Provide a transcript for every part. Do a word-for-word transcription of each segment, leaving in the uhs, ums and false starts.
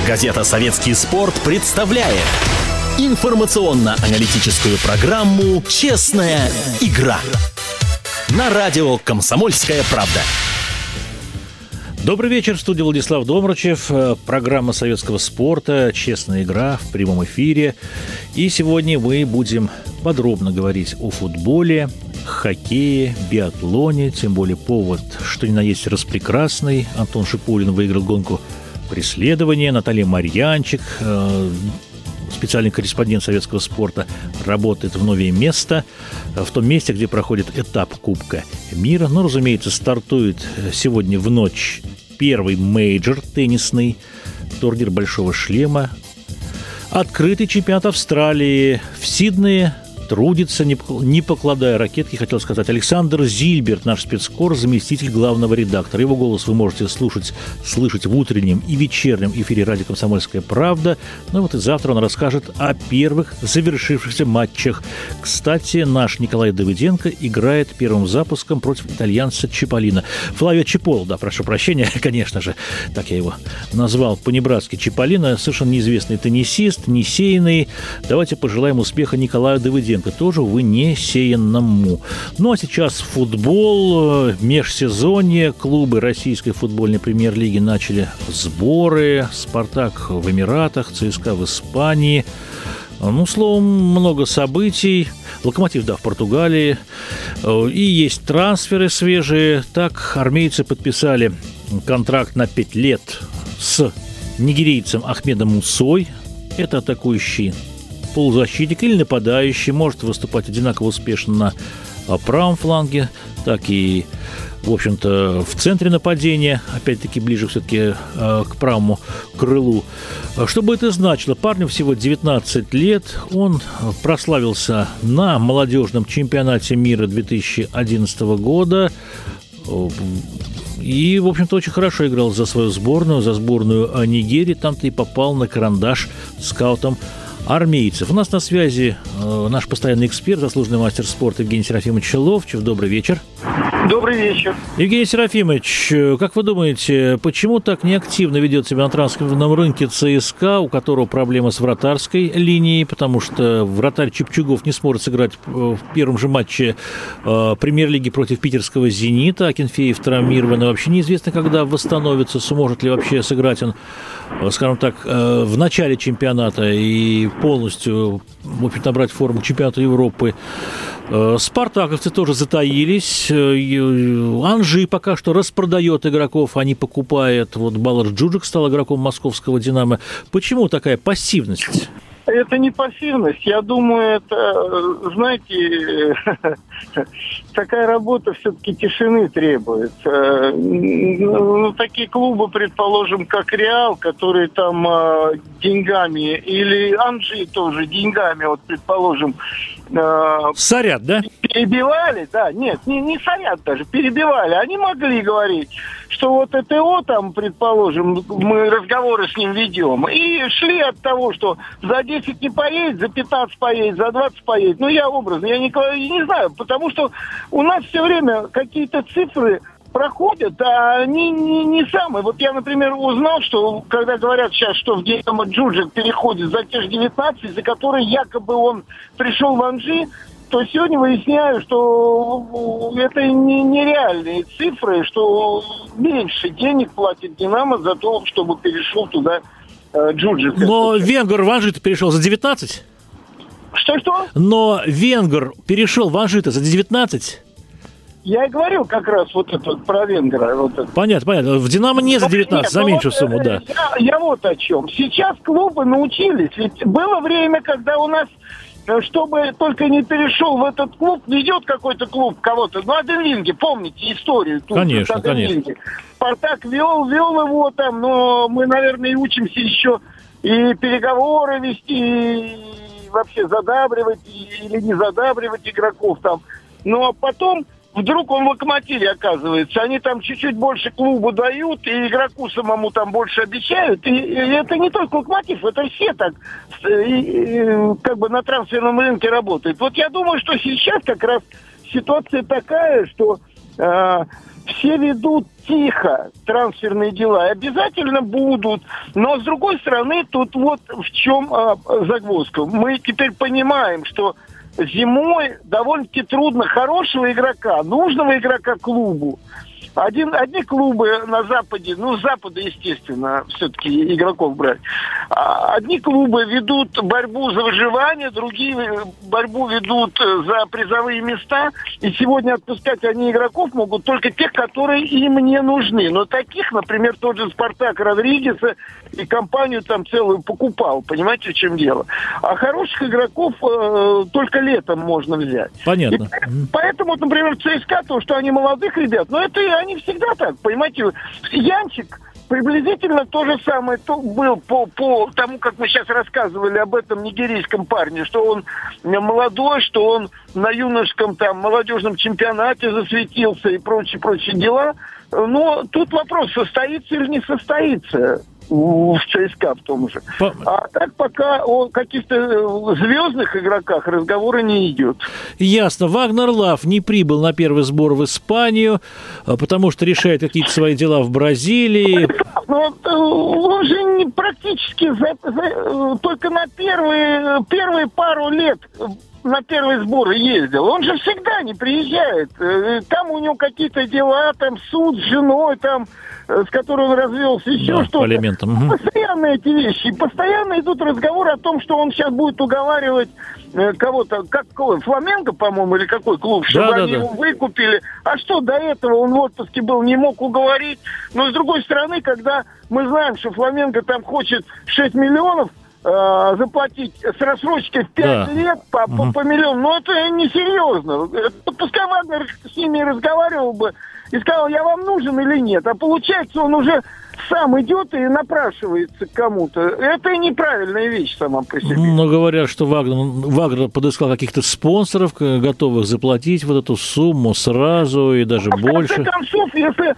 Газета «Советский спорт» представляет информационно-аналитическую программу «Честная игра» на радио «Комсомольская правда». Добрый вечер, в студии Владислав Домрачев, программа советского спорта «Честная игра» в прямом эфире. И сегодня мы будем подробно говорить о футболе, хоккее, биатлоне, тем более повод, что ни на есть распрекрасный. Антон Шипулин выиграл гонку преследования, Наталья Марьянчик, специальный корреспондент советского спорта, работает в новое место, в том месте, где проходит этап Кубка мира. Ну, разумеется, стартует сегодня в ночь первый мейджор теннисный, турнир Большого шлема. Открытый чемпионат Австралии в Сиднее трудится, не покладая ракетки, хотел сказать, Александр Зильберт, наш спецкор, заместитель главного редактора. Его голос вы можете слушать, слышать в утреннем и вечернем эфире радио «Комсомольская правда». Ну вот и завтра он расскажет о первых завершившихся матчах. Кстати, наш Николай Давыденко играет первым запуском против итальянца Чиполлино. Флавио Чиполло, да, прошу прощения, конечно же, так я его назвал по-небратски. Чиполлино, совершенно неизвестный теннисист, не сеянный. Давайте пожелаем успеха Николаю Давыденко, тоже, увы, не сеянному. Ну, а сейчас футбол, межсезонье. Клубы российской футбольной премьер-лиги начали сборы. «Спартак» в Эмиратах, ЦСКА в Испании. Ну, словом, много событий. «Локомотив», да, в Португалии. И есть трансферы свежие. Так, армейцы подписали контракт на пять лет с нигерийцем Ахмедом Мусой. Это атакующий полузащитник или нападающий, может выступать одинаково успешно на правом фланге, так и, в общем-то, в центре нападения, опять-таки ближе все-таки э, к правому крылу. Что бы это значило? Парню всего девятнадцать лет, он прославился на молодежном чемпионате мира две тысячи одиннадцатого года и, в общем-то, очень хорошо играл за свою сборную, за сборную Нигерии, там-то и попал на карандаш скаутом армейцев. У нас на связи э, наш постоянный эксперт, заслуженный мастер спорта Евгений Серафимович Ловчев. Добрый вечер. Добрый вечер. Евгений Серафимович, как вы думаете, почему так неактивно ведет себя на трансферном рынке ЦСКА, у которого проблема с вратарской линией, потому что вратарь Чепчугов не сможет сыграть в первом же матче э, премьер-лиги против питерского «Зенита», Акинфеев травмирован, и вообще неизвестно, когда восстановится, сможет ли вообще сыграть он, скажем так, э, в начале чемпионата и полностью, в общем, набрать форму чемпионата Европы. Спартаковцы тоже затаились. Анжи пока что распродает игроков, а не покупает. Вот Балар Джуджик стал игроком московского «Динамо». Почему такая пассивность? Это не пассивность. Я думаю, это, знаете, такая работа все-таки тишины требует. Ну, такие клубы, предположим, как «Реал», которые там деньгами, или «Анжи» тоже деньгами, вот, предположим, Сарят, да? Перебивали, да, нет, не, не Сарят даже, перебивали. Они могли говорить, что вот ЭТО там, предположим, мы разговоры с ним ведем, и шли от того, что за десять не поедет, за пятнадцать поедет, за двадцать поедет. Ну, я образно, я не, я не знаю, потому что у нас все время какие-то цифры проходят, а они не, не самые. Вот я, например, узнал, что когда говорят сейчас, что в «Динамо» Джуджик переходит за те же девятнадцать, за которые якобы он пришел в Анжи, то сегодня выясняю, что это не, нереальные цифры, что меньше денег платит «Динамо» за то, чтобы перешел туда э, Джуджик. Но венгер в Анжи-то перешел за девятнадцать? Что-что? Но венгер перешел в Анжи-то за девятнадцать? Я и говорил как раз вот это вот про венгера. Вот это. Понятно, понятно. В «Динамо» не за девятнадцать, Нет, за меньшую вот, сумму, да. Я, я вот о чем. Сейчас клубы научились. Ведь было время, когда у нас, чтобы только не перешел в этот клуб, ведет какой-то клуб кого-то. Ну, Аденвинге, помните историю? Тут, конечно, конечно. Спартак вел, вел его там, но мы, наверное, и учимся еще и переговоры вести, и вообще задабривать, или не задабривать игроков там. Но потом вдруг он в «Локомотиве» оказывается. Они там чуть-чуть больше клубу дают, и игроку самому там больше обещают. И, и это не только «Локомотив», это все так и, и, как бы на трансферном рынке работают. Вот я думаю, что сейчас как раз ситуация такая, что э, все ведут тихо трансферные дела. И обязательно будут. Но, с другой стороны, тут вот в чем а, загвоздка. Мы теперь понимаем, что зимой довольно-таки трудно хорошего игрока, нужного игрока клубу. Один, одни клубы на Западе, ну, с Запада, естественно, все-таки игроков брать. А одни клубы ведут борьбу за выживание, другие борьбу ведут за призовые места. И сегодня отпускать они игроков могут только тех, которые им не нужны. Но таких, например, тот же «Спартак» Родригеса и компанию там целую покупал. Понимаете, в чем дело? А хороших игроков э, только летом можно взять. Понятно. И поэтому, например, ЦСКА, то, что они молодых ребят, но это они всегда так, понимаете. Янчик приблизительно то же самое то был по, по тому, как мы сейчас рассказывали об этом нигерийском парне, что он молодой, что он на юношеском там молодежном чемпионате засветился и прочие-прочие дела. Но тут вопрос, состоится или не состоится в ЦСКА в том же. По... А так пока о каких-то звездных игроках разговора не идет. Ясно. Вагнер Лав не прибыл на первый сбор в Испанию, потому что решает какие-то свои дела в Бразилии. Но он же не практически за, за, только на первые, первые пару лет на первые сборы ездил. Он же всегда не приезжает. Там у него какие-то дела, там суд с женой, там, с которой он развелся, еще да, что-то. По элементам. Постоянно эти вещи. И постоянно идут разговоры о том, что он сейчас будет уговаривать кого-то, как Фламенго, по-моему, или какой клуб, чтобы да, они да, его да. выкупили. А что до этого он в отпуске был, не мог уговорить. Но с другой стороны, когда мы знаем, что Фламенго там хочет шесть миллионов заплатить с рассрочкой в пять да. лет по, угу. по, по миллиону. Но это несерьезно. Пускай Вагнер с ними разговаривал бы и сказал, я вам нужен или нет. А получается, он уже сам идет и напрашивается к кому-то. Это неправильная вещь сама по себе. Но говорят, что Вагнер, Вагнер подыскал каких-то спонсоров, готовых заплатить вот эту сумму сразу и даже а больше. В конце концов, если,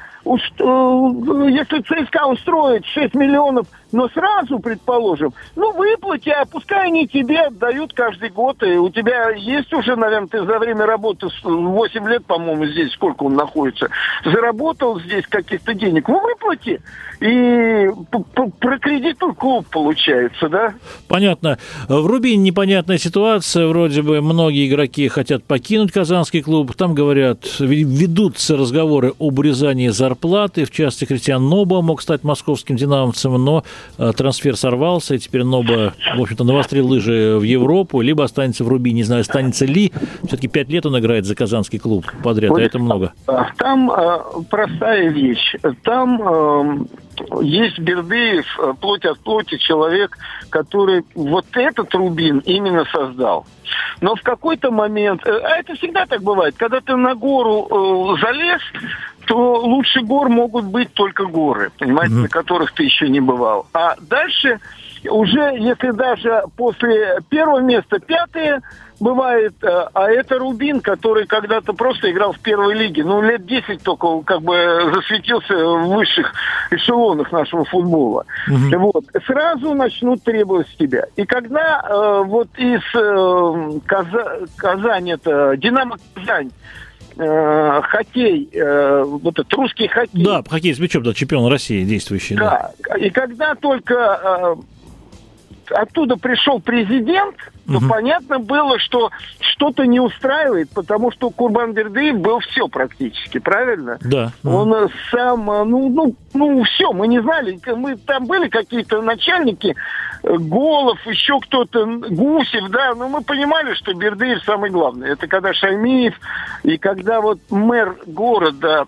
если ЦСКА устроит шесть миллионов, но сразу, предположим, ну, выплати, а пускай они тебе отдают каждый год. И у тебя есть уже, наверное, ты за время работы восемь лет, по-моему, здесь, сколько он находится, заработал здесь каких-то денег. Ну, выплати. И прокредитуй клуб, получается, да? Понятно. В Рубине непонятная ситуация. Вроде бы многие игроки хотят покинуть казанский клуб. Там, говорят, ведутся разговоры об урезании зарплаты. В частности, Кристиан Ноба мог стать московским динамовцем, но трансфер сорвался, и теперь Ноба, в общем-то, навострил лыжи в Европу, либо останется в Рубине. Не знаю, останется ли. Все-таки пять лет он играет за казанский клуб подряд, вот, а это много. Там э, простая вещь. Там... Э, Есть Бердыев, плоть от плоти человек, который вот этот Рубин именно создал. Но в какой-то момент, а это всегда так бывает, когда ты на гору э, залез, то лучше гор могут быть только горы, понимаете, mm-hmm. на которых ты еще не бывал. А дальше уже, если даже после первого места пятое бывает, а это Рубин, который когда-то просто играл в первой лиге. Ну, лет десять только как бы засветился в высших эшелонах нашего футбола. Mm-hmm. Вот. Сразу начнут требовать с тебя. И когда э, вот из э, Каза- Казани, это Динамо Казань, э, хоккей, э, вот этот русский хоккей. Да, хоккей с мячом, да, чемпион России действующий. Да, да. И когда только... Э, оттуда пришел президент, то угу. понятно было, что что-то не устраивает, потому что Курбан Бердыев был все практически, правильно? Да. Он угу. сам, ну, ну, ну, все, мы не знали, мы там были какие-то начальники, Голов, еще кто-то, Гусев, да, но мы понимали, что Бердыев самый главный. Это когда Шаймиев, и когда вот мэр города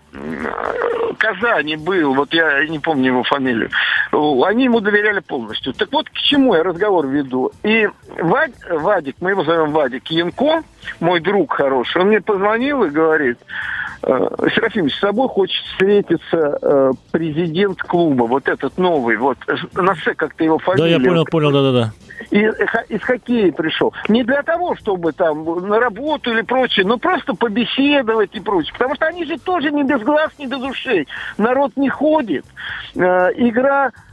Казани был, вот я не помню его фамилию, они ему доверяли полностью. Так вот, к чему я разговор веду. И Вад, Вадик, мы его зовем Вадик Янко, мой друг хороший, он мне позвонил и говорит: Серафимович, с собой хочет встретиться э, президент клуба, вот этот новый, вот, Насе, как-то его фамилия. Да, я понял, понял, да-да-да. И из хоккея пришел. Не для того, чтобы там на работу или прочее, но просто побеседовать и прочее. Потому что они же тоже не без глаз, не без ушей. Народ не ходит. Э, игра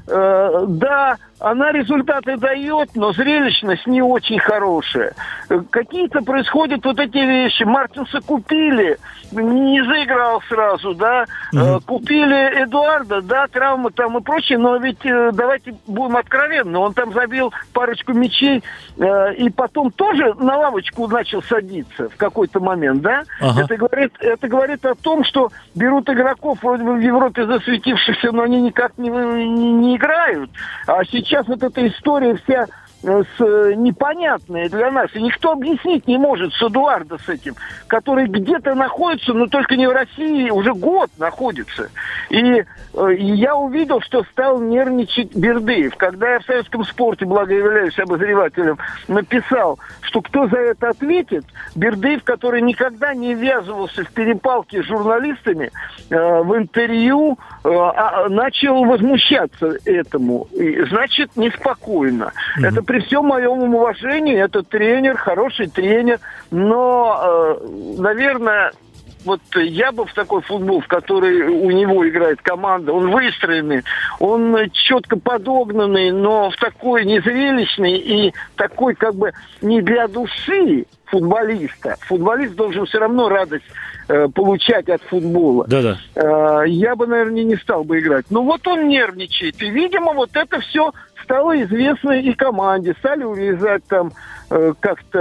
э, да, она результаты дает, но зрелищность не очень хорошая. Какие-то происходят вот эти вещи. Мартинса купили, не заиграл сразу, да. Mm-hmm. Купили Эдуарда, да, травмы там и прочее, но ведь давайте будем откровенны, он там забил парочку мячей и потом тоже на лавочку начал садиться в какой-то момент, да. Uh-huh. Это говорит, это говорит о том, что берут игроков вроде бы в Европе засветившихся, но они никак не, не, не играют. А сейчас Сейчас вот эта история вся с, непонятная для нас. И никто объяснить не может с Эдуардо с этим, который где-то находится, но только не в России, уже год находится. И, и я увидел, что стал нервничать Бердыев. Когда я в советском спорте, благо являюсь обозревателем, написал, что кто за это ответит, Бердыев, который никогда не ввязывался в перепалки с журналистами, э, в интервью э, а, начал возмущаться этому. И, значит, неспокойно. Mm-hmm. Это при всем моем уважении, это тренер, хороший тренер, но, э, наверное, вот я бы в такой футбол, в который у него играет команда, он выстроенный, он четко подогнанный, но в такой незрелищный и такой как бы не для души футболиста. Футболист должен все равно радость э, получать от футбола. Да-да. Э, я бы, наверное, не стал бы играть. Но вот он нервничает. И, видимо, вот это все стало известно и команде. Стали урезать там э, как-то,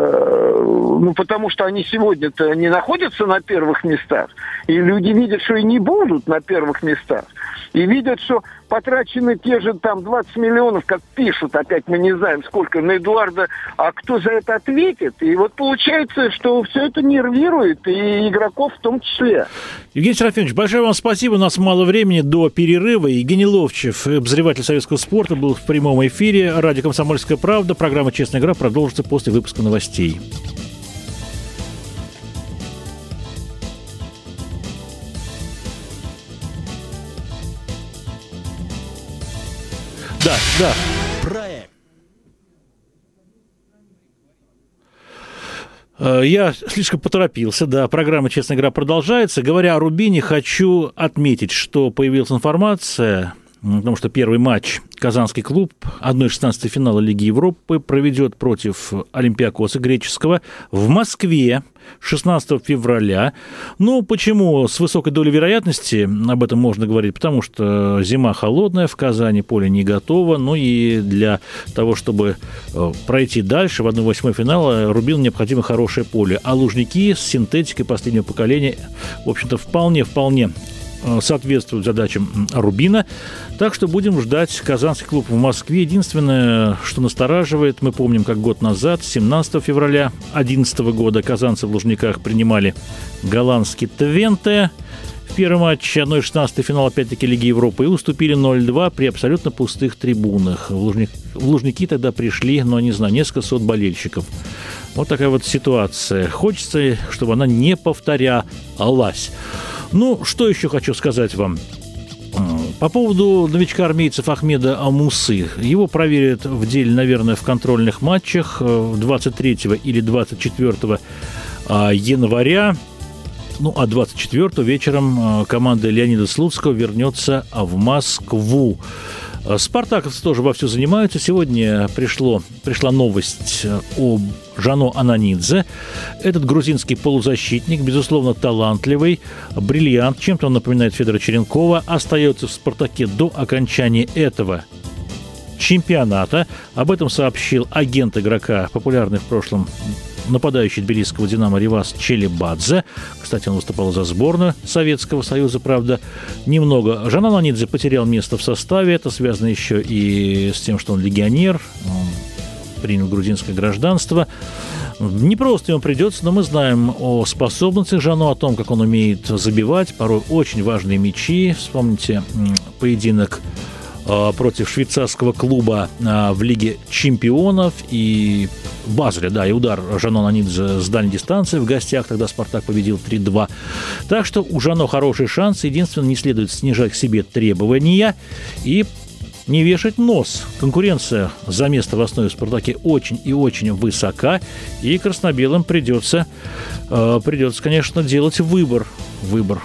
э, ну, потому что они сегодня-то не находятся на первых местах. И люди видят, что и не будут на первых местах. И видят, что потрачены те же там двадцать миллионов, как пишут, опять мы не знаем сколько, на Эдуарда, а кто за это ответит? И вот получается, что все это нервирует, и игроков в том числе. Евгений Серафимович, большое вам спасибо, у нас мало времени до перерыва. Евгений Ловчев, обозреватель советского спорта, был в прямом эфире. Радио «Комсомольская правда». Программа «Честная игра» продолжится после выпуска новостей. Да, да. Проект. Я слишком поторопился, да, программа «Честная игра» продолжается. Говоря о Рубине, хочу отметить, что появилась информация, потому что первый матч казанский клуб одна шестнадцатая финала Лиги Европы проведет против Олимпиакоса греческого в Москве шестнадцатого февраля. Ну, почему с высокой долей вероятности об этом можно говорить? Потому что зима холодная, в Казани поле не готово, ну и для того, чтобы пройти дальше в одна восьмая финала, Рубину необходимо хорошее поле. А Лужники с синтетикой последнего поколения, в общем-то, вполне-вполне соответствуют задачам Рубина. Так что будем ждать казанский клуб в Москве. Единственное, что настораживает, мы помним, как год назад, семнадцатого февраля две тысячи одиннадцатого года, казанцы в Лужниках принимали голландский Твенте в первом матче одна шестнадцатая финала, опять-таки, Лиги Европы, и уступили ноль-два при абсолютно пустых трибунах. В, Лужник... в Лужники тогда пришли, ну, не знаю, несколько сот болельщиков. Вот такая вот ситуация. Хочется, чтобы она не повторялась. Ну, что еще хочу сказать вам. По поводу новичка армейцев Ахмеда Амусы. Его проверят в деле, наверное, в контрольных матчах двадцать третьего или двадцать четвёртого января. Ну, а двадцать четвёртого вечером команда Леонида Слуцкого вернется в Москву. Спартаковцы тоже вовсю занимаются. Сегодня пришло, пришла новость о Жано Ананидзе. Этот грузинский полузащитник, безусловно, талантливый, бриллиант, чем-то он напоминает Федора Черенкова, остается в «Спартаке» до окончания этого чемпионата. Об этом сообщил агент игрока, популярный в прошлом нападающий тбилисского «Динамо» Ривас Челебадзе. Кстати, он выступал за сборную Советского Союза, правда, немного. Жано Ананидзе потерял место в составе. Это связано еще и с тем, что он легионер, он принял грузинское гражданство. Не просто ему придется, но мы знаем о способностях Жано, о том, как он умеет забивать, порой очень важные мячи. Вспомните поединок против швейцарского клуба в Лиге чемпионов и Базеля, да, и удар Жано Ананидзе с дальней дистанции в гостях, тогда «Спартак» победил три-два. Так что у Жано хороший шанс, единственное, не следует снижать к себе требования и не вешать нос. Конкуренция за место в основе в «Спартаке» очень и очень высока, и красно-белым придется, э, придется, конечно, делать выбор. Выбор.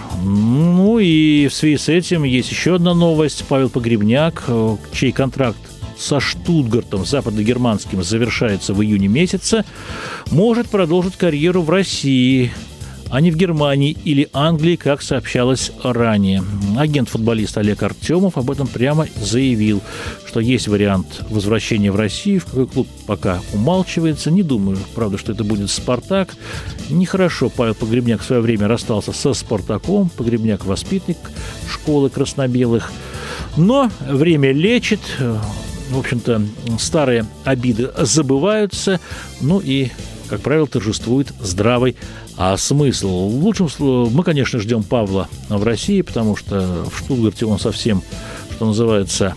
Ну и в связи с этим есть еще одна новость. Павел Погребняк, э, чей контракт со Штутгартом, западногерманским, завершается в июне месяце, может продолжить карьеру в России, а не в Германии или Англии, как сообщалось ранее. Агент футболиста Олег Артемов об этом прямо заявил, что есть вариант возвращения в Россию, в какой клуб пока умалчивается. Не думаю, правда, что это будет «Спартак». Нехорошо Павел Погребняк в свое время расстался со «Спартаком». Погребняк – воспитанник школы красно-белых. Но время лечит. В общем-то, старые обиды забываются. Ну и, как правило, торжествует здравый а смысл. В лучшем случае мы, конечно, ждем Павла в России, потому что в Штутгарте он совсем, что называется,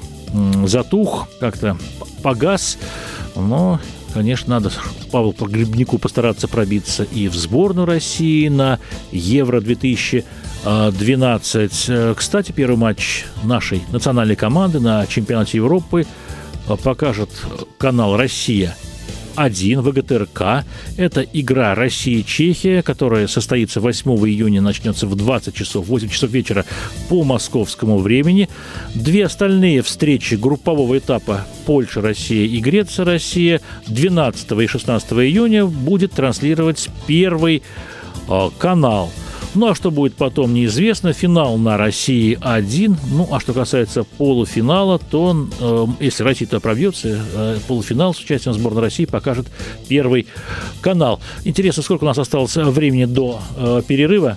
затух, как-то погас. Но, конечно, надо Павлу Погребняку постараться пробиться и в сборную России на Евро две тысячи двенадцать. Кстати, первый матч нашей национальной команды на чемпионате Европы покажет канал «Россия один» вэ гэ тэ эр ка. Это игра Россия-Чехия, которая состоится восьмого июня, начнется в двадцать часов, восемь часов вечера по московскому времени. Две остальные встречи группового этапа Польша-Россия и Греция-Россия двенадцатого и шестнадцатого июня будет транслировать Первый э, канал. Ну, а что будет потом, неизвестно. Финал на России один. Ну, а что касается полуфинала, то, э, если Россия-то пробьется, э, полуфинал с участием сборной России покажет Первый канал. Интересно, сколько у нас осталось времени до э, перерыва?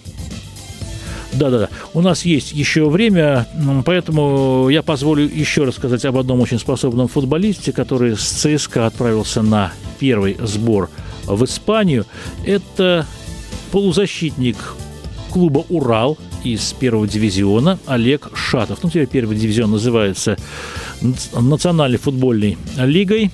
Да-да-да. У нас есть еще время, поэтому я позволю еще рассказать об одном очень способном футболисте, который с ЦСКА отправился на первый сбор в Испанию. Это полузащитник клуба «Урал» из первого дивизиона Олег Шатов. Ну, теперь первый дивизион называется Национальной футбольной лигой.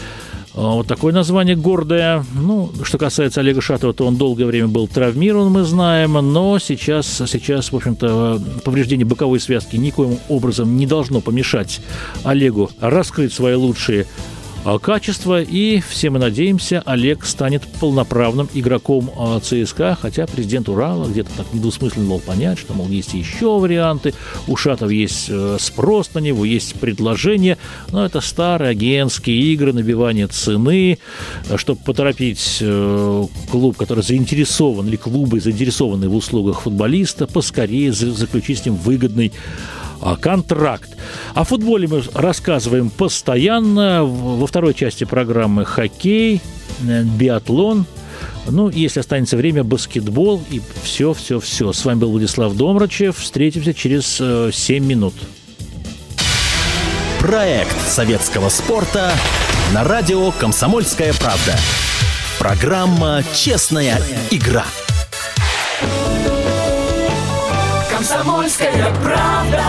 Вот такое название гордое. Ну, что касается Олега Шатова, то он долгое время был травмирован, мы знаем, но сейчас, сейчас, в общем-то, повреждение боковой связки никоим образом не должно помешать Олегу раскрыть свои лучшие качества, и все мы надеемся, Олег станет полноправным игроком ЦСКА, хотя президент Урала где-то так недвусмысленно дал понять, что, мол, есть еще варианты, у Шатова есть спрос на него, есть предложение, но это старые агентские игры, набивание цены, чтобы поторопить клуб, который заинтересован, или клубы, заинтересованные в услугах футболиста, поскорее заключить с ним выгодный контракт. О футболе мы рассказываем постоянно. Во второй части программы хоккей, биатлон. Ну, если останется время, баскетбол и все-все-все. С вами был Владислав Домрачев. Встретимся через э, семь минут. Проект советского спорта на радио «Комсомольская правда». Программа «Честная игра». Комсомольская правда.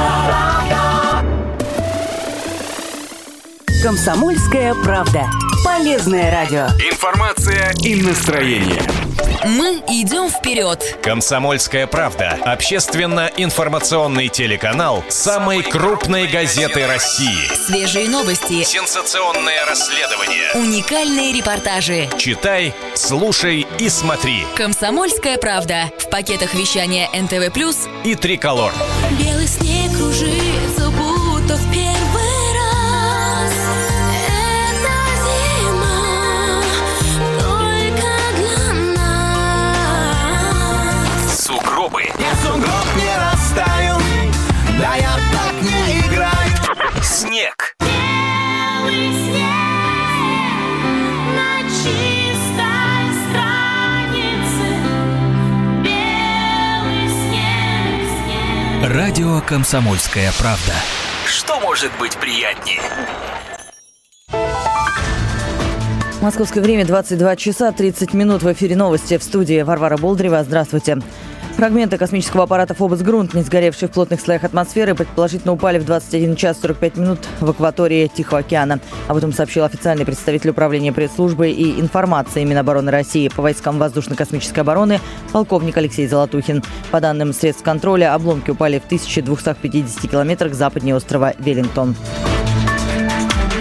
Комсомольская правда. Полезное радио. Информация и настроение. Мы идем вперед. «Комсомольская правда» – общественно-информационный телеканал самой крупной газеты России. Свежие новости, Сенсационные расследования, уникальные репортажи. читай, слушай и смотри. «Комсомольская правда» в пакетах вещания эн тэ вэ плюс И «Триколор». Белый снег кружится, будто в первый раз. Это зима только для нас. Сугробы. Я сугроб не растаю, да я так не играю. Снег. Белый снег на чистой странице. Белый снег, снег. Радио «Комсомольская правда». Что может быть приятнее? Московское время двадцать два часа тридцать минут. В эфире новости, в студии Варвара Болдырева. Здравствуйте. Фрагменты космического аппарата «Фобос-Грунт», не сгоревшие в плотных слоях атмосферы, предположительно упали в двадцать один час сорок пять минут в акватории Тихого океана. Об этом сообщил официальный представитель Управления пресс-службы и информации Минобороны России по войскам воздушно-космической обороны полковник Алексей Золотухин. По данным средств контроля, обломки упали в тысяча двести пятьдесят километрах западнее острова Веллингтон.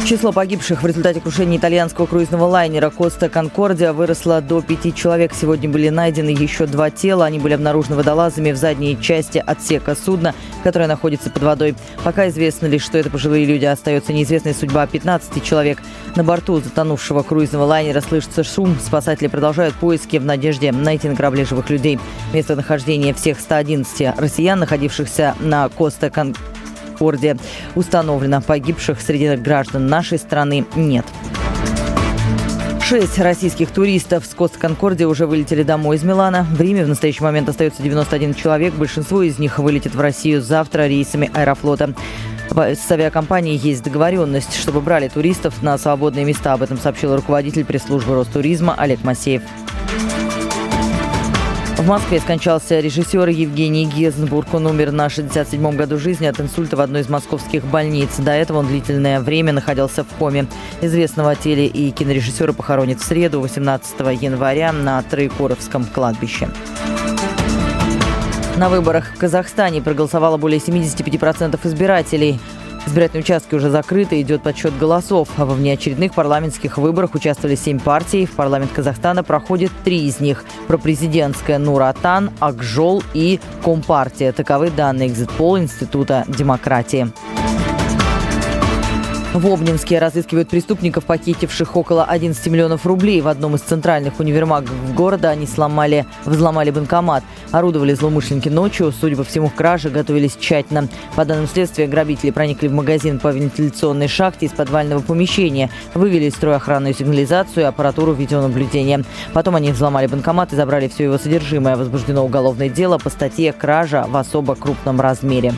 Число погибших в результате крушения итальянского круизного лайнера «Коста Конкордия» выросло до пяти человек. Сегодня были найдены еще два тела. Они были обнаружены водолазами в задней части отсека судна, которое находится под водой. Пока известно лишь, что это пожилые люди. Остается неизвестной судьба пятнадцати человек. На борту затонувшего круизного лайнера слышится шум. Спасатели продолжают поиски в надежде найти на корабле живых людей. Местонахождение всех ста одиннадцати россиян, находившихся на «Коста Конкордия», установлено. Погибших среди граждан нашей страны нет. Шесть российских туристов с «Коста Конкордия» уже вылетели домой из Милана. В Риме в настоящий момент остается девяносто один человек. Большинство из них вылетит в Россию завтра рейсами Аэрофлота. С авиакомпанией есть договоренность, чтобы брали туристов на свободные места. Об этом сообщил руководитель пресс-службы Ростуризма Олег Масеев. В Москве скончался режиссер Евгений Генсбург. Он умер на шестьдесят седьмом году жизни от инсульта в одной из московских больниц. До этого он длительное время находился в коме. Известного теле- и кинорежиссера похоронят в среду, восемнадцатого января, на Троекуровском кладбище. На выборах в Казахстане проголосовало более семьдесят пять процентов избирателей. Избирательные участки уже закрыты, идет подсчет голосов. А во внеочередных парламентских выборах участвовали семь партий. В парламент Казахстана проходят три из них. Пропрезидентская Нур-Отан, Акжол и Компартия. Таковы данные экзит-пола Института демократии. В Обнинске разыскивают преступников, похитивших около одиннадцати миллионов рублей. В одном из центральных универмагов города они сломали, взломали банкомат. Орудовали злоумышленники ночью. Судя по всему, к краже готовились тщательно. По данным следствия, грабители проникли в магазин по вентиляционной шахте из подвального помещения. Вывели из строя охранную сигнализацию и аппаратуру видеонаблюдения. Потом они взломали банкомат и забрали все его содержимое. Возбуждено уголовное дело по статье «Кража в особо крупном размере».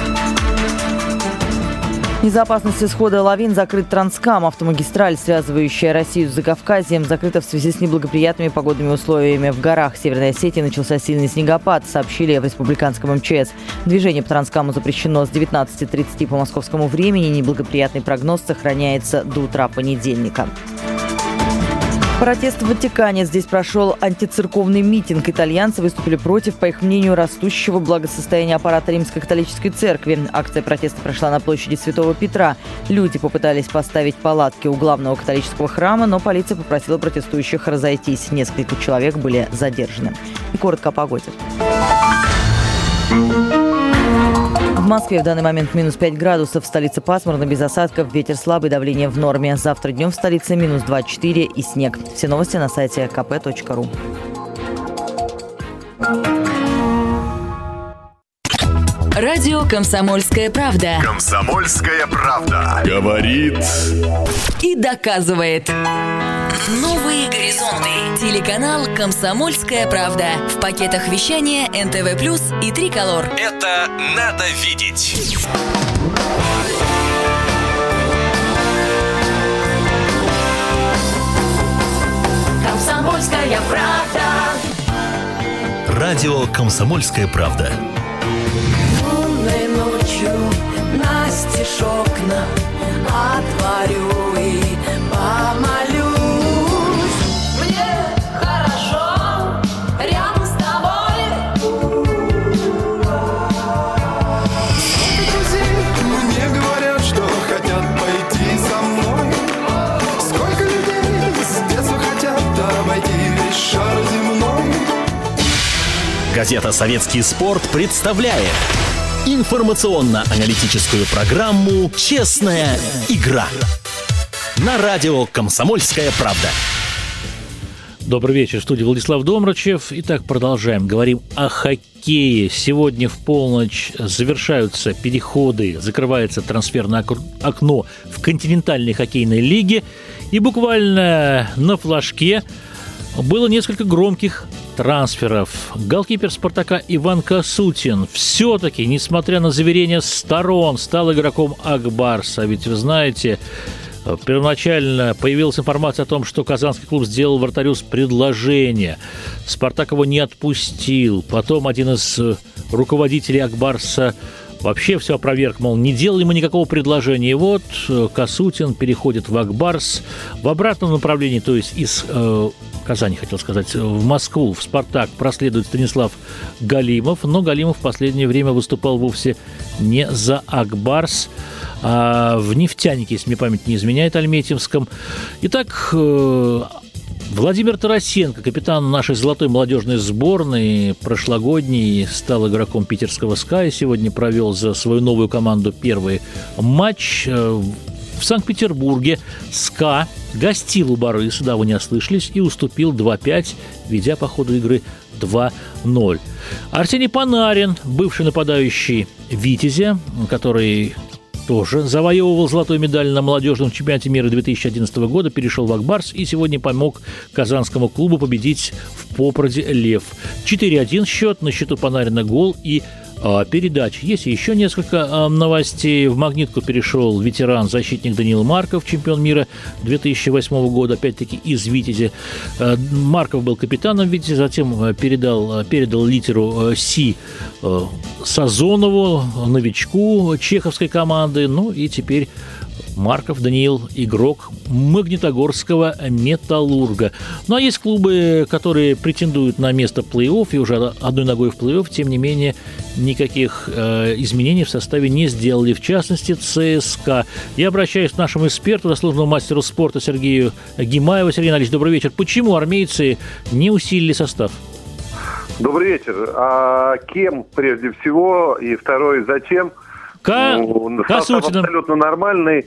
Из-за опасности схода лавин закрыт Транскам. Автомагистраль, связывающая Россию с Закавказьем, закрыта в связи с неблагоприятными погодными условиями. В горах Северной Осетии начался сильный снегопад, сообщили в республиканском эм че эс. Движение по Транскаму запрещено с девятнадцати тридцати по московскому времени. Неблагоприятный прогноз сохраняется до утра понедельника. Протест в Ватикане. Здесь прошел антицерковный митинг. Итальянцы выступили против, по их мнению, растущего благосостояния аппарата Римской католической церкви. Акция протеста прошла на площади Святого Петра. Люди попытались поставить палатки у главного католического храма, но полиция попросила протестующих разойтись. Несколько человек были задержаны. И коротко о погоде. В Москве в данный момент минус пять градусов. В столице пасмурно, без осадков, ветер слабый, давление в норме. Завтра днем в столице минус двадцать четыре и снег. Все новости на сайте ка пэ точка ру. Радио «Комсомольская правда». Комсомольская правда. Говорит И доказывает. Новые горизонты. Телеканал «Комсомольская правда». В пакетах вещания эн тэ вэ плюс и Триколор. это надо видеть. Комсомольская правда. Радио «Комсомольская правда». Лунной ночью настежь окна отворю и помолюсь. Мне хорошо рядом с тобой. Сколько друзей мне говорят, что хотят пойти со мной. Сколько людей с детства хотят обойти весь шар земной. Газета «Советский спорт» представляет информационно-аналитическую программу «Честная игра» на радио «Комсомольская правда». Добрый вечер, в студии Владислав Домрачев. Итак, продолжаем. Говорим о хоккее. Сегодня в полночь завершаются переходы, закрывается трансферное окно в континентальной хоккейной лиге. И буквально на флажке было несколько громких трансферов. Голкипер «Спартака» Иван Касутин все-таки, несмотря на заверения сторон, стал игроком Ак Барса. Ведь вы знаете, первоначально появилась информация о том, что казанский клуб сделал вратарю предложение. «Спартак» его не отпустил. Потом один из руководителей Ак Барса вообще все опроверг, мол, не делали мы никакого предложения. И вот Касутин переходит в Ак Барс в обратном направлении, то есть из э, Казани, хотел сказать, в Москву, в «Спартак» проследует Станислав Галимов, но Галимов в последнее время выступал вовсе не за «Ак Барс», а в «Нефтянике», если мне память не изменяет, альметьевском. Итак, Владимир Тарасенко, капитан нашей золотой молодежной сборной, прошлогодний, стал игроком питерского «СКА» и сегодня провел за свою новую команду первый матч. В Санкт-Петербурге «СКА» гостил у «Барыса», да, вы не ослышались, и уступил два пять, ведя по ходу игры два ноль. Арсений Панарин, бывший нападающий «Витязя», который тоже завоевывал золотую медаль на молодежном чемпионате мира две тысячи одиннадцатого года, перешел в «Ак Барс» и сегодня помог казанскому клубу победить в Попроде «Лев». четыре один счет, на счету Панарина гол и а, передач. Есть еще несколько а, новостей. В «Магнитку» перешел ветеран-защитник Даниил Марков, чемпион мира две тысячи восьмого года, опять-таки из «Витязя». А, Марков был капитаном «Витязя», затем а, передал, а, передал литеру а, «Си» а, Сазонову, новичку чеховской команды. Ну и теперь Марков Даниил, игрок Магнитогорского «Металлурга». Ну а есть клубы, которые претендуют на место плей-офф и уже одной ногой в плей-офф, тем не менее никаких э, изменений в составе не сделали, в частности ЦСКА. Я обращаюсь к нашему эксперту, заслуженному мастеру спорта Сергею Гимаеву. Сергей Анатольевич, добрый вечер. Почему армейцы не усилили состав? Добрый вечер. А кем прежде всего и второй зачем? К... Ну, состав абсолютно нормальный.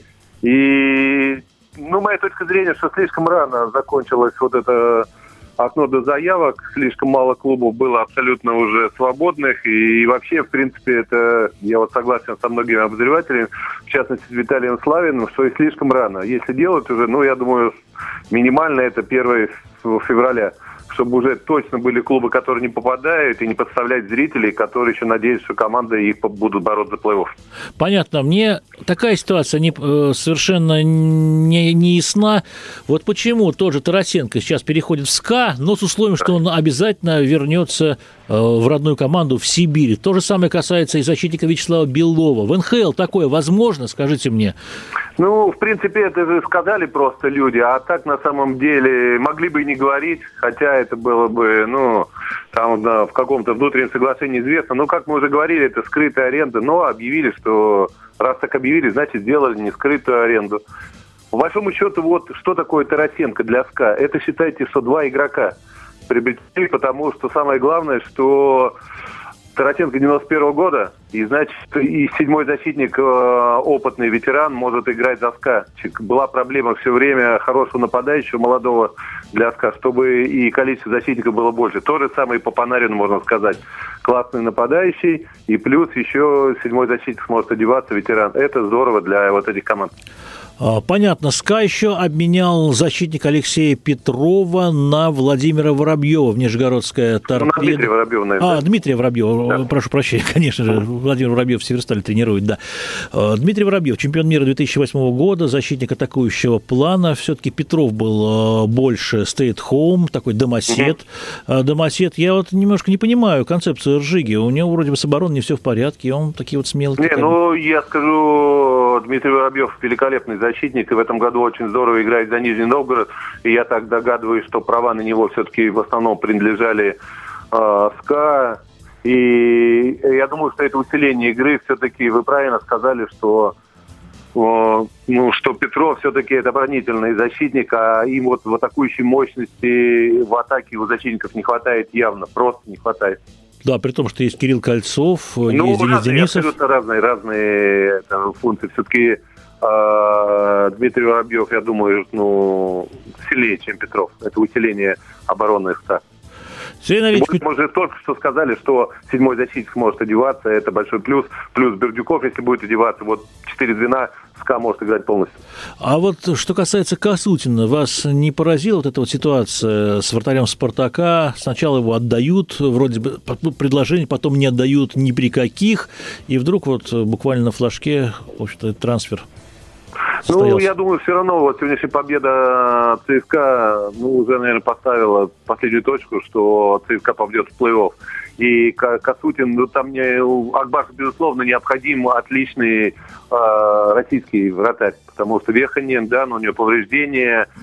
И, ну, моя точка зрения, что слишком рано закончилось вот это окно до заявок, слишком мало клубов было абсолютно уже свободных, и, и вообще, в принципе, это, я вот согласен со многими обозревателями, в частности, с Виталием Славиным, что и слишком рано. Если делать уже, ну, я думаю, минимально это первое февраля, чтобы уже точно были клубы, которые не попадают, и не подставлять зрителей, которые еще надеются, что команды их будут бороться за плей-офф. Понятно. Мне такая ситуация не, совершенно не, не ясна. Вот почему тот же Тарасенко сейчас переходит в СКА, но с условием, что он обязательно вернется в родную команду в Сибирь. То же самое касается и защитника Вячеслава Белова. В эн ха эл такое возможно, скажите мне? Ну, в принципе, это же сказали просто люди, а так на самом деле могли бы и не говорить, хотя это было бы, ну, там да, в каком-то внутреннем соглашении известно. Но, как мы уже говорили, это скрытая аренда, но объявили, что раз так объявили, значит, сделали не скрытую аренду. По большому счету, вот что такое Тарасенко для СКА? Это, считайте, что два игрока приобретены, потому что самое главное, что Тарасенко девяносто первого года, и значит, и седьмой защитник, э, опытный ветеран, может играть за СКА. Была проблема все время хорошего нападающего, молодого для СКА, чтобы и количество защитников было больше. То же самое и по Панарину, можно сказать. Классный нападающий, и плюс еще седьмой защитник сможет одеваться, ветеран. Это здорово для вот этих команд. Понятно. СКА еще обменял защитника Алексея Петрова на Владимира Воробьева в Нижегородское торпедо. Ну, на Дмитрия Воробьева, наверное. А, Дмитрия Воробьева. Да. Прошу прощения, конечно же. Владимир Воробьев в Северстале тренирует, да. Дмитрий Воробьев, чемпион мира две тысячи восьмого года, защитник атакующего плана. Все-таки Петров был больше stay-at-home, такой домосед. Угу. Домосед. Я вот немножко не понимаю концепцию Ржиги. У него вроде бы с обороной не все в порядке, и он такие вот смелые. Не, ну, я скажу, Дмитрий Воробьев великолепный защитник. защитник, и в этом году очень здорово играет за Нижний Новгород. И я так догадываюсь, что права на него все-таки в основном принадлежали э, СКА. И я думаю, что это усиление игры. Все-таки вы правильно сказали, что, э, ну, что Петров все-таки это оборонительный защитник, а им вот в атакующей мощности в атаке у защитников не хватает явно, просто не хватает. Да, при том, что есть Кирилл Кольцов, ну, есть Денис разные, Денисов. Абсолютно разные, разные там, функции. Все-таки э, Дмитрий Воробьев, я думаю, ну, сильнее, чем Петров. Это усиление обороны СКА. Может, мы же только что сказали, что седьмой защитник сможет одеваться, это большой плюс. Плюс Бердюков, если будет одеваться, вот четыре звена, СКА может играть полностью. А вот что касается Касутина, вас не поразила вот эта вот ситуация с вратарем «Спартака»? Сначала его отдают, вроде бы предложение, потом не отдают ни при каких, и вдруг вот буквально на флажке, в общем-то, трансфер состоялся. Ну, я думаю, все равно вот сегодняшняя победа ЦСКА, ну, уже, наверное, поставила последнюю точку, что ЦСКА попадет в плей-офф. И Касутин, ну, там мне, ак Барсу, безусловно, необходим отличный э, российский вратарь, потому что Веханин, да, но у него повреждения,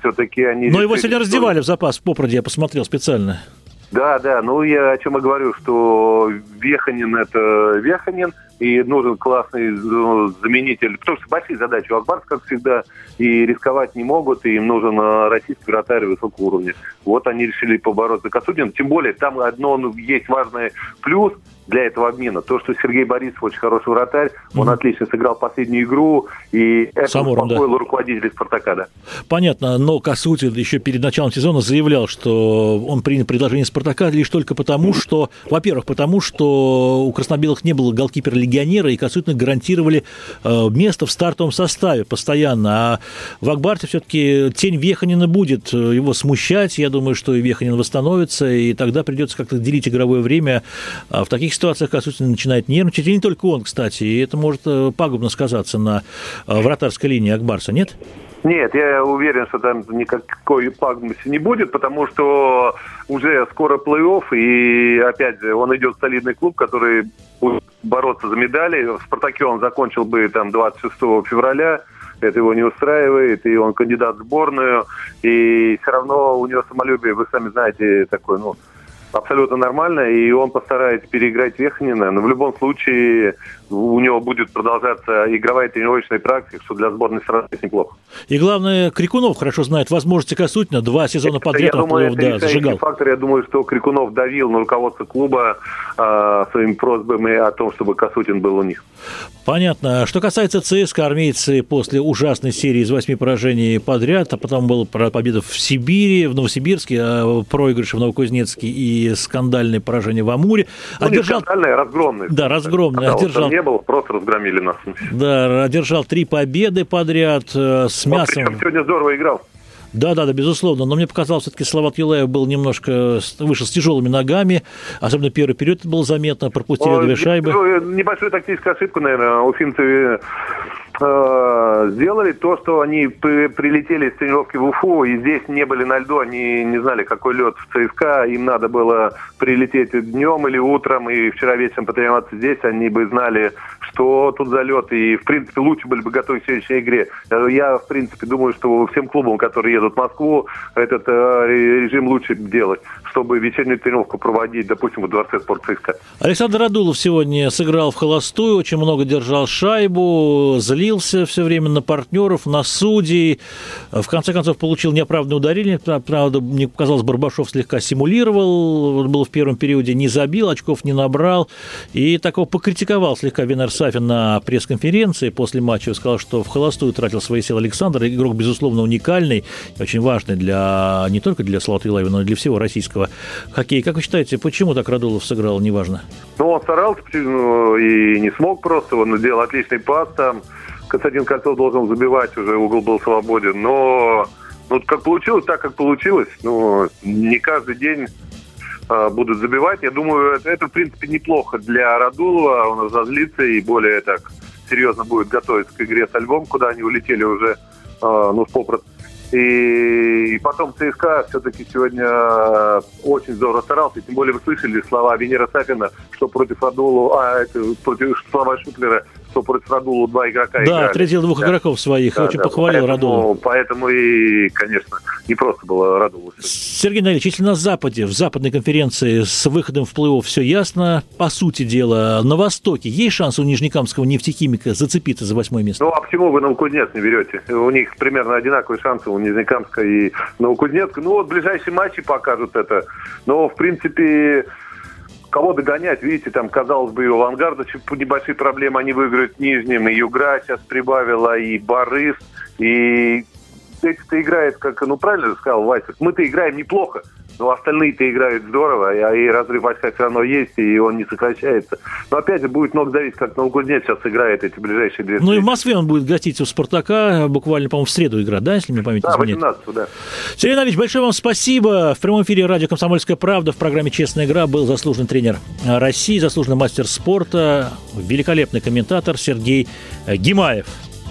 все-таки они... Но его сегодня раздевали в запас в Попроде, я посмотрел специально. Да, да, ну я о чем и говорю, что Веханин это Веханин, и нужен классный ну, заменитель, потому что большие задачи у Акбарса, как всегда, и рисковать не могут, и им нужен российский вратарь высокого уровня. Вот они решили побороться за Косудина, тем более там одно ну, есть важный плюс для этого обмена, то, что Сергей Борисов очень хороший вратарь, mm-hmm. он отлично сыграл последнюю игру, и это Самуром, успокоило да. руководителей «Спартака», да. Понятно, но Косудин еще перед началом сезона заявлял, что он принял предложение «Спартака» лишь только потому, что, во-первых, потому что у краснобелых не было голкипера-легионера, и Косудину гарантировали э, место в стартовом составе постоянно, а в Акбарсе все-таки тень Веханина будет его смущать, я думаю, что и Веханин восстановится, и тогда придется как-то делить игровое время. В таких ситуациях Косудин начинает нервничать, и не только он, кстати, и это может пагубно сказаться на вратарской линии Акбарса, нет? Нет, я уверен, что там никакой пагубности не будет, потому что уже скоро плей-офф, и опять же, он идет в солидный клуб, который будет бороться за медали. В «Спартаке» он закончил бы там двадцать шестого февраля, это его не устраивает, и он кандидат в сборную, и все равно у него самолюбие, вы сами знаете, такое, ну, абсолютно нормально, и он постарается переиграть Веханина, но в любом случае у него будет продолжаться игровая тренировочная практика, что для сборной страны неплохо. И главное, Крикунов хорошо знает возможности Косудина, два сезона это, подряд он думаю, да, зажигал. Фактор, я думаю, что Крикунов давил на руководство клуба э, своими просьбами о том, чтобы Косудин был у них. Понятно. Что касается ЦСКА, армейцы после ужасной серии из восьми поражений подряд, а потом была победа в Сибири, в Новосибирске, проигрыш в Новокузнецке и скандальное поражение в Амуре. Ну, одержал... не скандальное, разгромное. Да, разгромное. Когда одержал... не было, просто разгромили нас. Да, одержал три победы подряд с вот, мясом. Причем сегодня здорово играл. Да, да, да, безусловно. Но мне показалось, все-таки Салават Юлаев был немножко вышел с тяжелыми ногами. Особенно первый период было заметно. Пропустили О, две шайбы. Небольшую тактическую ошибку, наверное, уфимцы э, сделали. То, что они при, прилетели с тренировки в Уфу, и здесь не были на льду, они не знали, какой лед в ЦСКА. Им надо было прилететь днем или утром, и вчера вечером потренироваться здесь. Они бы знали, что тут за лед. И, в принципе, лучше были бы готовы к следующей игре. Я, в принципе, думаю, что всем клубам, которые едут в Москву, этот э, режим лучше делать, чтобы вечернюю тренировку проводить, допустим, во дворце спорта ЦСКА. Александр Радулов сегодня сыграл в холостую, очень много держал шайбу, злился все время на партнеров, на судей. В конце концов, получил неоправданное ударение. Правда, мне показалось, Барбашов слегка симулировал, был в первом периоде, не забил, очков не набрал. И такого покритиковал слегка Венер Сафин на пресс-конференции после матча. Сказал, что в холостую тратил свои силы Александр. Игрок, безусловно, уникальный, очень важный для не только для Салавата Юлаева, но и для всего российского хоккея. Как вы считаете, почему так Радулов сыграл, неважно? Ну, он старался, ну, и не смог просто. Он делал отличный пас там. Константин Кольцов должен забивать, уже угол был свободен. Но ну, как получилось, так как получилось. Ну, не каждый день а, будут забивать. Я думаю, это, это, в принципе, неплохо для Радулова. Он разозлится и более так серьезно будет готовиться к игре со Львом, куда они улетели уже а, ну, в Попрод. И, и потом ЦСКА все-таки сегодня очень здорово старался. И тем более вы слышали слова Венера Сафина, что против Радулова, а это против слова Шутлера, что против Радулова два игрока да, играли. Да, отразил двух да. игроков своих. Да, очень да, похвалил Радулова. Поэтому и, конечно, не просто было Радулова. Сергей Наилевич, если на Западе, в западной конференции с выходом в плей-офф все ясно, по сути дела, на Востоке есть шанс у Нижнекамского нефтехимика зацепиться за восьмое место? Ну, а почему вы Новокузнецк не берете? У них примерно одинаковые шансы у Нижнекамска и Новокузнецка. Ну, вот ближайшие матчи покажут это. Но, в принципе, кого догонять? Видите, там, казалось бы, и у «Авангарда» небольшие проблемы, они выиграют Нижним, и «Югра» сейчас прибавила, и «Борис», и эти-то играют, как, ну, правильно сказал Вася, мы-то играем неплохо, но остальные-то играют здорово, и разрыв очка все равно есть, и он не сокращается. Но опять же, будет много зависеть, как Новокузнецк сейчас играет эти ближайшие две встречи. Ну и в Москве он будет гостить у «Спартака», буквально, по-моему, в среду игра, да, если мне память не изменяет? Да, восемнадцатого, да. Сергей Иванович, большое вам спасибо. В прямом эфире радио «Комсомольская правда» в программе «Честная игра» был заслуженный тренер России, заслуженный мастер спорта, великолепный комментатор Сергей Гимаев.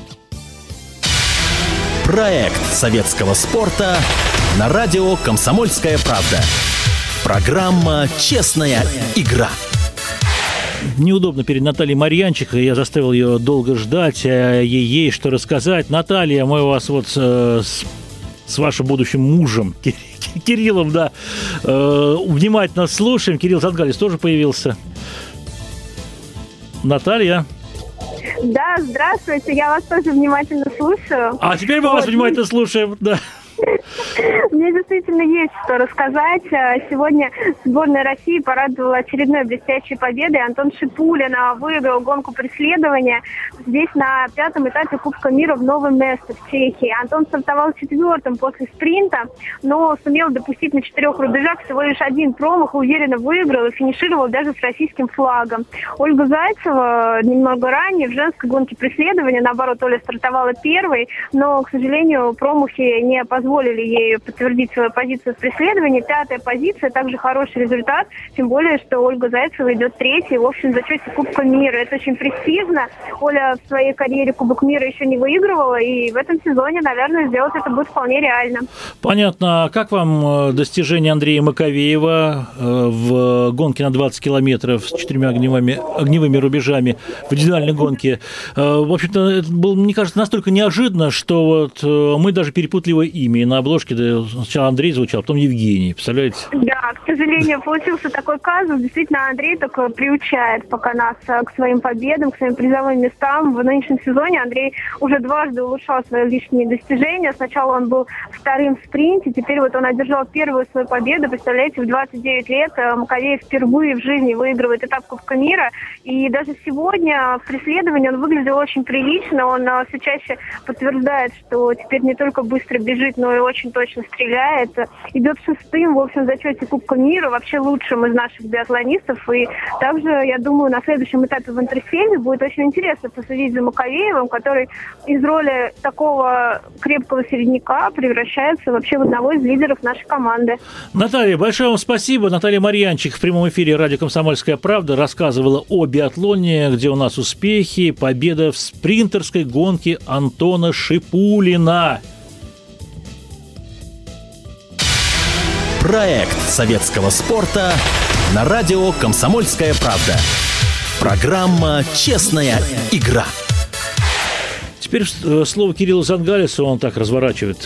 Проект советского спорта на радио «Комсомольская правда». Программа «Честная игра». Неудобно перед Натальей Марьянчик, я заставил ее долго ждать, ей есть что рассказать. Наталья, мы вас вот э, с вашим будущим мужем Кириллом, да, э, внимательно слушаем. Кирилл Зангалис тоже появился. Наталья. Да, здравствуйте, я вас тоже внимательно слушаю. А теперь мы вот. вас внимательно слушаем, да. Мне действительно есть что рассказать. Сегодня сборная России порадовала очередной блестящей победой. Антон Шипулин выиграл гонку преследования здесь на пятом этапе Кубка мира в Новом Место в Чехии. Антон стартовал четвертым после спринта, но сумел допустить на четырех рубежах всего лишь один промах, уверенно выиграл и финишировал даже с российским флагом. Ольга Зайцева немного ранее в женской гонке преследования, наоборот, Оля стартовала первой, но, к сожалению, промахи не позволили ей подтвердить свою позицию в преследовании. Пятая позиция, также хороший результат, тем более, что Ольга Зайцева идет третьей, в общем, в зачете Кубка мира. Это очень престижно. Оля в своей карьере Кубок мира еще не выигрывала, и в этом сезоне, наверное, сделать это будет вполне реально. Понятно. Как вам достижение Андрея Маковеева в гонке на двадцать километров с четырьмя огневыми, огневыми рубежами в индивидуальной гонке? В общем-то, это было, мне кажется, настолько неожиданно, что вот мы даже перепутали его имя. И на обложке сначала Андрей звучал, потом Евгений. Представляете? Да, к сожалению, получился такой казус. Действительно, Андрей только приучает пока нас к своим победам, к своим призовым местам. В нынешнем сезоне Андрей уже дважды улучшал свои личные достижения. Сначала он был вторым в спринте, теперь вот он одержал первую свою победу. Представляете, в двадцать девять лет Маковеев впервые в жизни выигрывает этап Кубка мира. И даже сегодня в преследовании он выглядел очень прилично. Он все чаще подтверждает, что теперь не только быстро бежит, но и очень точно стреляет. Идет шестым, в общем, в зачете Кубка мира, вообще лучшим из наших биатлонистов. И также, я думаю, на следующем этапе в Интерселье будет очень интересно посудить за Маковеевым, который из роли такого крепкого середняка превращается вообще в одного из лидеров нашей команды. Наталья, большое вам спасибо. Наталья Марьянчик в прямом эфире радио «Комсомольская правда» рассказывала о биатлоне, где у нас успехи. Победа в спринтерской гонке Антона Шипулина. Проект советского спорта на радио «Комсомольская правда». Программа «Честная игра». Теперь слово Кириллу Зангалису. Он так разворачивает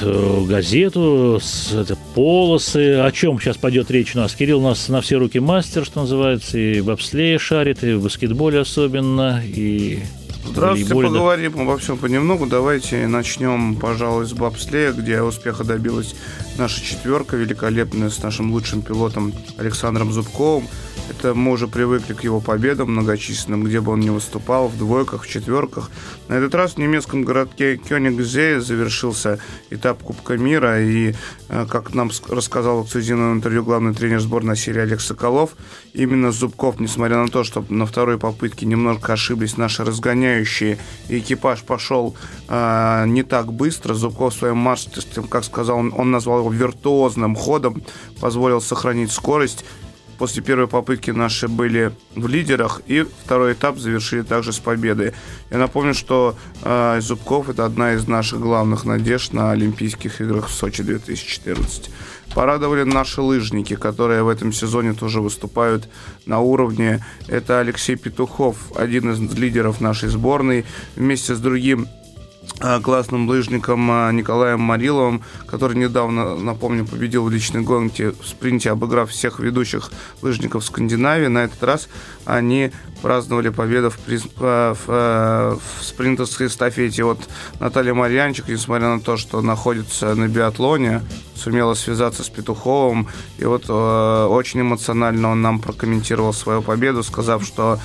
газету, это, полосы. О чем сейчас пойдет речь у нас? Кирилл у нас на все руки мастер, что называется, и в бобслее шарит, и в баскетболе особенно, и... Здравствуйте, поговорим обо всем понемногу. Давайте начнем, пожалуй, с бобслея, где успеха добилась наша четверка великолепная с нашим лучшим пилотом Александром Зубковым. Это мы уже привыкли к его победам многочисленным, где бы он ни выступал, в двойках, в четверках. На этот раз в немецком городке Кёнигсее завершился этап Кубка мира. И, как нам рассказал в эксклюзивном интервью главный тренер сборной России Олег Соколов, именно Зубков, несмотря на то, что на второй попытке немножко ошиблись наши разгоняющие, и экипаж пошел э, не так быстро, Зубков своим мастерством, как сказал он, он назвал его виртуозным ходом, позволил сохранить скорость. После первой попытки наши были в лидерах, и второй этап завершили также с победой. Я напомню, что э, Зубков – это одна из наших главных надежд на Олимпийских играх в Сочи две тысячи четырнадцать. Порадовали наши лыжники, которые в этом сезоне тоже выступают на уровне. Это Алексей Петухов, один из лидеров нашей сборной, вместе с другим классным лыжником Николаем Мариловым, который недавно, напомню, победил в личной гонке в спринте, обыграв всех ведущих лыжников Скандинавии. На этот раз они праздновали победу в, приз... в, в спринтерской эстафете. Вот Наталья Марьянчик, несмотря на то, что находится на биатлоне, сумела связаться с Петуховым. И вот э, очень эмоционально он нам прокомментировал свою победу, сказав, что...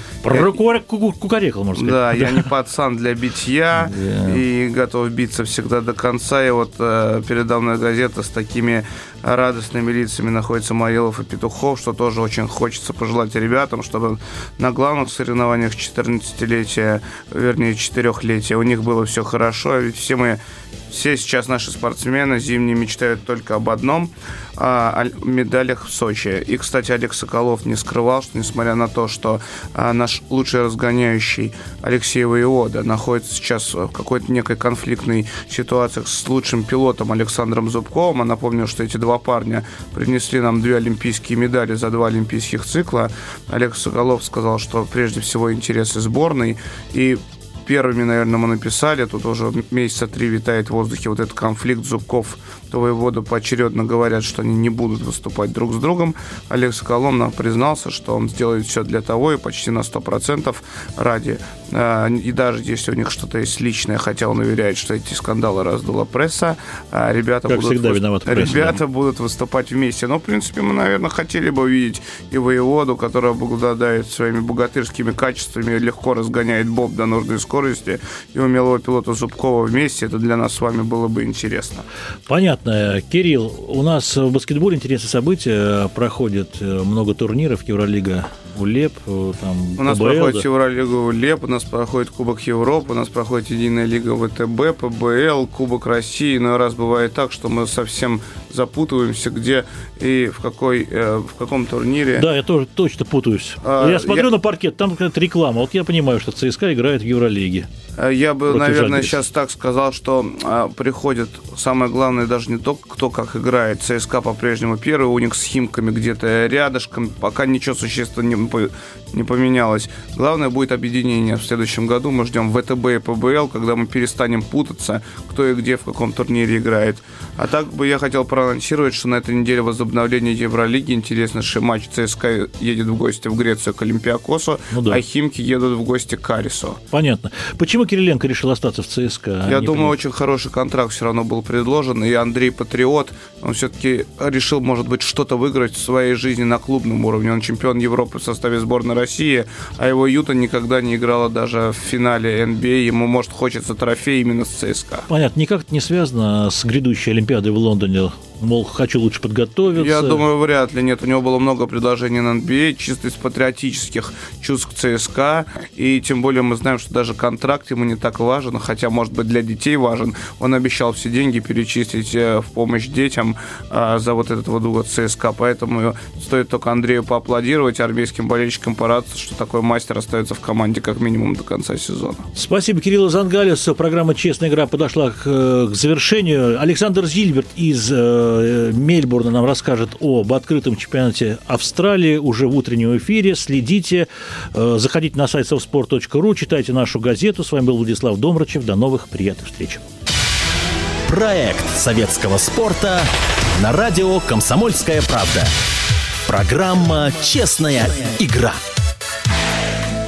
Кукарекал, можно сказать. Да, я не пацан для битья, и готов биться всегда до конца. И вот э, передо мной газета с такими радостными лицами находятся Марилов и Петухов, что тоже очень хочется пожелать ребятам, чтобы на главных соревнованиях четырнадцатилетия, вернее, четырехлетия у них было все хорошо. Ведь все мы, все сейчас наши спортсмены зимние мечтают только об одном – о медалях в Сочи. И, кстати, Олег Соколов не скрывал, что несмотря на то, что а, наш лучший разгоняющий Алексей Воевода находится сейчас в какой-то некой конфликтной ситуации с лучшим пилотом Александром Зубковым, а напомню, что эти два парня принесли нам две олимпийские медали за два олимпийских цикла, Олег Соколов сказал, что прежде всего интересы сборной, и первыми, наверное, мы написали, тут уже месяца три витает в воздухе вот этот конфликт Зубков, то воевода поочередно говорят, что они не будут выступать друг с другом. Олег Соколов нам признался, что он сделает все для того и почти на сто процентов ради. И даже если у них что-то есть личное, хотя он уверяет, что эти скандалы раздула пресса, ребята, как будут, всегда, вы... виноват пресса, ребята да. будут выступать вместе. Но, в принципе, мы, наверное, хотели бы увидеть и воеводу, который обладает своими богатырскими качествами, легко разгоняет боб до нужной скорости, и умелого пилота Зубкова вместе. Это для нас с вами было бы интересно. Понятно. Кирилл, у нас в баскетболе интересные события. Проходит много турниров. Евролига УЛЕП, там, у нас ПБЛ, проходит да? Евролига УЛЕП, у нас проходит Кубок Европы, у нас проходит Единая лига ВТБ, ПБЛ, Кубок России. Но раз бывает так, что мы совсем запутываемся, где и в какой э, в каком турнире. Да, я тоже точно путаюсь. А, я смотрю я... на паркет, там какая-то реклама. Вот я понимаю, что ЦСКА играет в Евролиге. Я бы, наверное, Жальгириса. сейчас так сказал, что а, приходит, самое главное, даже не то, кто как играет. ЦСКА по-прежнему первый, Уникс с Химками где-то рядышком, пока ничего существенно не, не поменялось. Главное будет объединение в следующем году. Мы ждем ВТБ и ПБЛ, когда мы перестанем путаться, кто и где, в каком турнире играет. А так бы я хотел проанонсировать, что на этой неделе возобновление Евролиги. Интереснейший матч. ЦСКА едет в гости в Грецию к Олимпиакосу, ну, да. а Химки едут в гости к Арису. Понятно. Почему Кириленко решил остаться в ЦСКА? Я думаю, приедет? Очень хороший контракт все равно был предложен. И Андрей Патриот, он все-таки решил, может быть, что-то выиграть в своей жизни на клубном уровне. Он чемпион Европы в составе сборной России, а его Юта никогда не играла даже в финале эн би эй. Ему, может, хочется трофей именно с ЦСКА. Понятно. Никак это не связано с грядущей Олимпиадой в Лондоне? Мол, хочу лучше подготовиться. Я думаю, вряд ли. Нет, у него было много предложений на эн би эй, чисто из патриотических чувств к ЦСКА. И тем более мы знаем, что даже контракт ему не так важен, хотя, может быть, для детей важен. Он обещал все деньги перечислить в помощь детям а, за вот этот вот год ЦСКА. Поэтому стоит только Андрею поаплодировать, армейским болельщикам порадоваться, что такой мастер остается в команде как минимум до конца сезона. Спасибо, Кирилл Зангалис. Программа «Честная игра» подошла к, к завершению. Александр Зильберт из Мельбурна нам расскажет об открытом чемпионате Австралии уже в утреннем эфире. Следите, заходите на сайт совспорт точка ру, читайте нашу газету. С вами был Владислав Домрачев. До новых приятных встреч. Проект советского спорта на радио «Комсомольская правда». Программа «Честная игра».